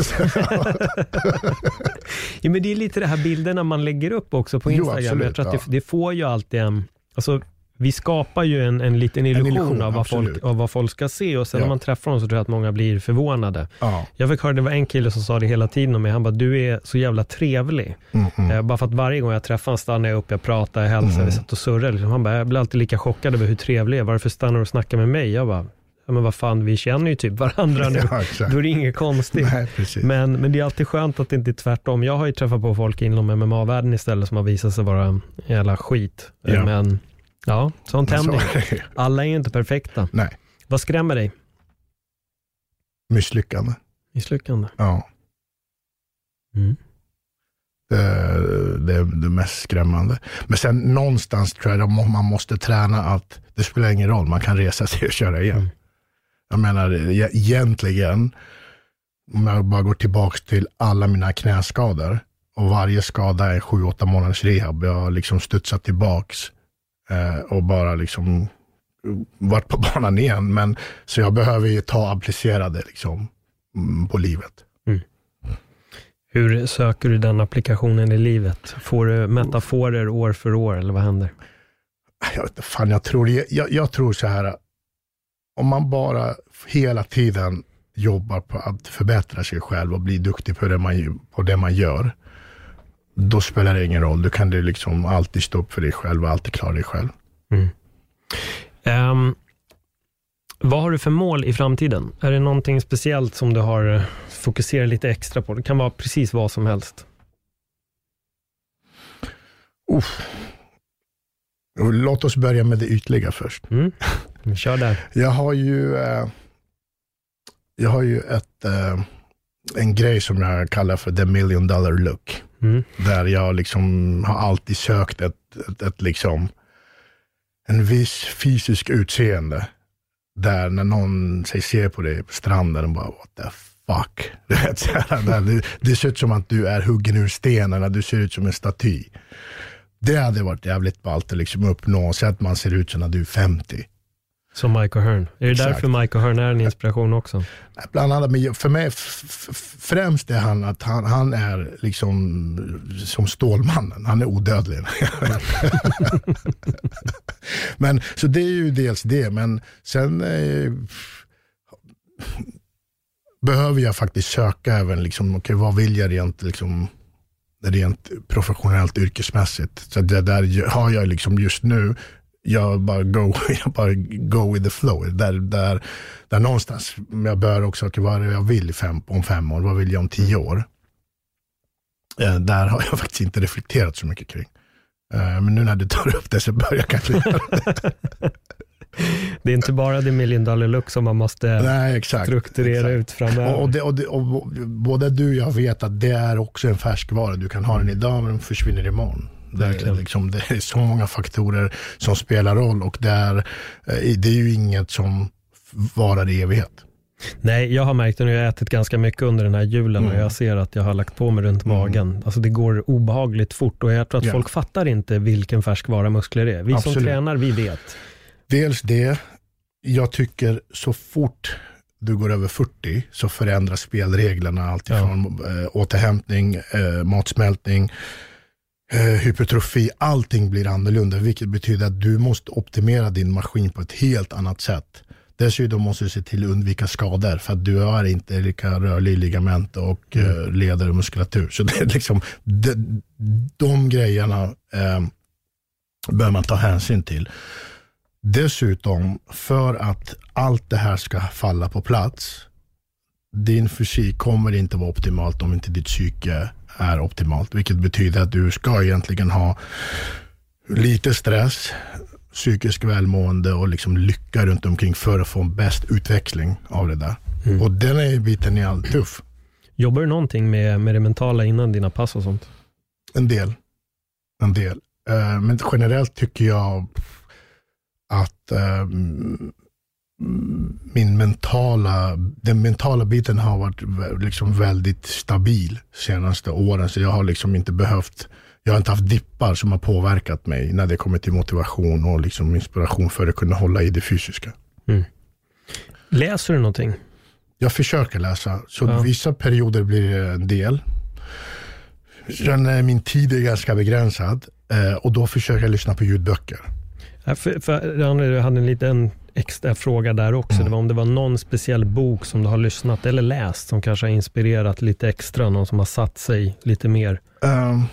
Ja, men det är lite det här bilderna man lägger upp också på Instagram. Jo, absolut, jag tror att ja. det, det får ju alltid en, alltså vi skapar ju en, en liten illusion, en illusion av, vad folk, av vad folk ska se och sen ja. när man träffar dem så tror jag att många blir förvånade. Ja. Jag fick höra, det var en kille som sa det hela tiden om mig, han bara, du är så jävla trevlig. Mm-hmm. Eh, bara för att varje gång jag träffar honom stannar jag upp, jag pratar, jag hälsar, mm. vi satt och surrar. Liksom. Han bara, jag blir alltid lika chockad över hur trevlig jag är. Varför stannar du och snackar med mig? Jag bara, ja, men vad fan, vi känner ju typ varandra nu. Ja, då är det inget konstigt. Nej, men, men det är alltid skönt att det inte är tvärtom. Jag har ju träffat på folk inom M M A-världen istället som har visat sig vara jävla skit. Ja. Men ja, sånt händer. Så. Alla är ju inte perfekta. Nej. Vad skrämmer dig? Misslyckande. Misslyckande? Ja. Mm. Det, det är det mest skrämmande. Men sen någonstans tror jag att man måste träna att det spelar ingen roll. Man kan resa sig och köra igen. Mm. Jag menar, egentligen, om jag bara går tillbaka till alla mina knäskador och varje skada är sju åtta månaders rehab. Jag har liksom studsat tillbaks eh, och bara liksom varit på banan igen. Men, så jag behöver ju ta applicerade liksom, på livet. Mm. Hur söker du den applikationen i livet? Får du metaforer år för år eller vad händer? Jag, fan, jag, tror, jag, jag tror så här, om man bara hela tiden jobbar på att förbättra sig själv och bli duktig på det man, på det man gör, då spelar det ingen roll. Du kan du liksom alltid stå upp för dig själv och alltid klara dig själv. Mm. Um, vad har du för mål i framtiden? Är det någonting speciellt som du har fokuserat lite extra på? Det kan vara precis vad som helst. Uff. Låt oss börja med det ytliga först. Mm. Kör där. Jag har ju eh, jag har ju ett eh, en grej som jag kallar för the million dollar look. Mm. Där jag liksom har alltid sökt ett, ett, ett liksom en viss fysisk utseende. Där när någon sig ser på dig på stranden och bara, what the fuck? Du vet, så här, där, det, det ser ut som att du är huggen ur stenen, du ser ut som en staty. Det hade varit jävligt ballt att liksom uppnå så att man ser ut som när du är femtio. Som Michael Hearn. Är det Exakt. Därför Michael Hearn är en inspiration också? Bland annat, men för mig f- f- främst är han att han, han är liksom som Stålmannen. Han är odödlig. Men så det är ju dels det, men sen eh, behöver jag faktiskt söka även liksom, okay, vad vill jag rent liksom rent professionellt yrkesmässigt. Så det där har jag liksom just nu, jag bara go, jag bara go with the flow. Där, där, där någonstans jag bör också, okay, vad jag vill fem, om fem år, vad vill jag om tio år. Eh, där har jag faktiskt inte reflekterat så mycket kring. Eh, men nu när du tar upp det så börjar jag kanske göra det. Det är inte bara det million dollar look som man måste Nej, exakt, strukturera exakt. ut framöver. Och, och, det, och, det, och både du och jag vet att det är också en färskvara. Du kan ha den idag men den försvinner imorgon. Det är, liksom, det är så många faktorer som spelar roll och det är, det är ju inget som varar i evighet. Nej, jag har märkt att jag har ätit ganska mycket under den här julen mm. och jag ser att jag har lagt på mig runt mm. magen. Alltså det går obehagligt fort och jag tror att ja. folk fattar inte vilken färskvara muskler är. Vi Absolut. som tränar, vi vet. Dels det, jag tycker så fort du går över fyrtio så förändras spelreglerna alltifrån ja. äh, återhämtning, äh, matsmältning, äh, hypertrofi, allting blir annorlunda, vilket betyder att du måste optimera din maskin på ett helt annat sätt. Dessutom måste du se till att undvika skador för att du är inte lika rörlig i ligament och mm. äh, leder och muskulatur. Så det är liksom de, de grejerna äh, bör man ta hänsyn till. Dessutom, för att allt det här ska falla på plats, din fysik kommer inte vara optimalt om inte ditt psyke är optimalt. Vilket betyder att du ska egentligen ha lite stress, psykisk välmående och liksom lycka runt omkring för att få en bäst utväxling av det där. Mm. Och den är biten är all tuff. Jobbar du någonting med, med det mentala innan dina pass och sånt? En del. En del. Uh, men generellt tycker jag att uh, min mentala den mentala biten har varit liksom väldigt stabil senaste åren, så jag har liksom inte behövt, jag har inte haft dippar som har påverkat mig när det kommer till motivation och liksom inspiration för att kunna hålla i det fysiska. Mm. Läser du någonting? Jag försöker läsa, så ja. vissa perioder blir det en del. Sen min tid är ganska begränsad och då försöker jag lyssna på ljudböcker. För, för, jag hade en liten extra fråga där också. Mm. Det var om det var någon speciell bok som du har lyssnat eller läst som kanske har inspirerat lite extra, någon som har satt sig lite mer. Um,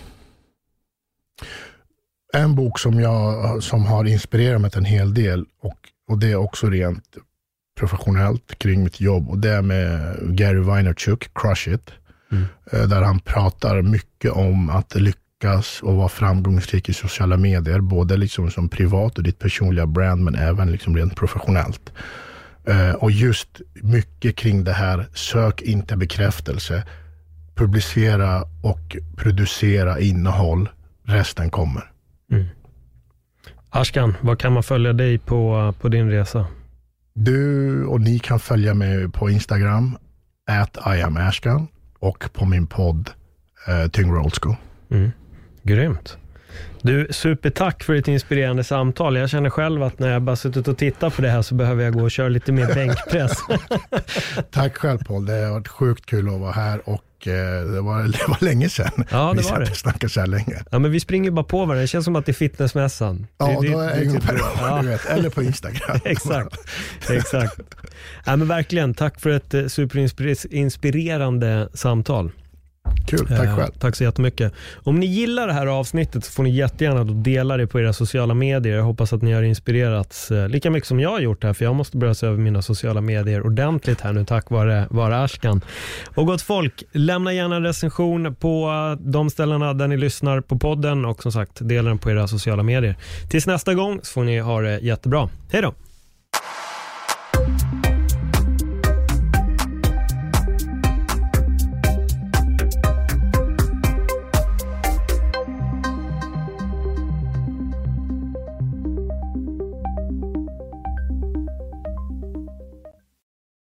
en bok som jag som har inspirerat mig en hel del och, och det är också rent professionellt kring mitt jobb, och det är med Gary Vaynerchuk, Crush It. Mm. Där han pratar mycket om att lyckas och vara framgångsrik i sociala medier, både liksom som privat och ditt personliga brand, men även liksom rent professionellt. Uh, och just mycket kring det här, sök inte bekräftelse, publicera och producera innehåll, resten kommer. Mm. Ashkan, vad kan man följa dig på, på din resa? Du och ni kan följa mig på Instagram at I am Ashkan och på min podd uh, Tyngre Old School. Mm. Grymt. Du, supertack för ett inspirerande samtal. Jag känner själv att när jag bara suttit och tittat på det här så behöver jag gå och köra lite mer bänkpress. Tack själv, Paul. Det har varit sjukt kul att vara här, och eh, det, var, det var länge sedan. Ja, det vi var det. Snacka så här länge. Ja, men vi springer bara på varandra. Det känns som att det är fitnessmässan. Ja, det, då det, är jag det, det, per år, ja. Du vet. Eller på Instagram. Exakt. Exakt. Ja, men verkligen, tack för ett superinspirerande samtal. Kul, tack själv. Eh, tack så jättemycket. Om ni gillar det här avsnittet så får ni jättegärna då dela det på era sociala medier. Jag hoppas att ni har inspirerats eh, lika mycket som jag har gjort här, för jag måste börja se över mina sociala medier ordentligt här nu, tack vare, vare Ashkan. Och gott folk, lämna gärna en recension på de ställena där ni lyssnar på podden, och som sagt, dela den på era sociala medier. Tills nästa gång så får ni ha det jättebra. Hej då!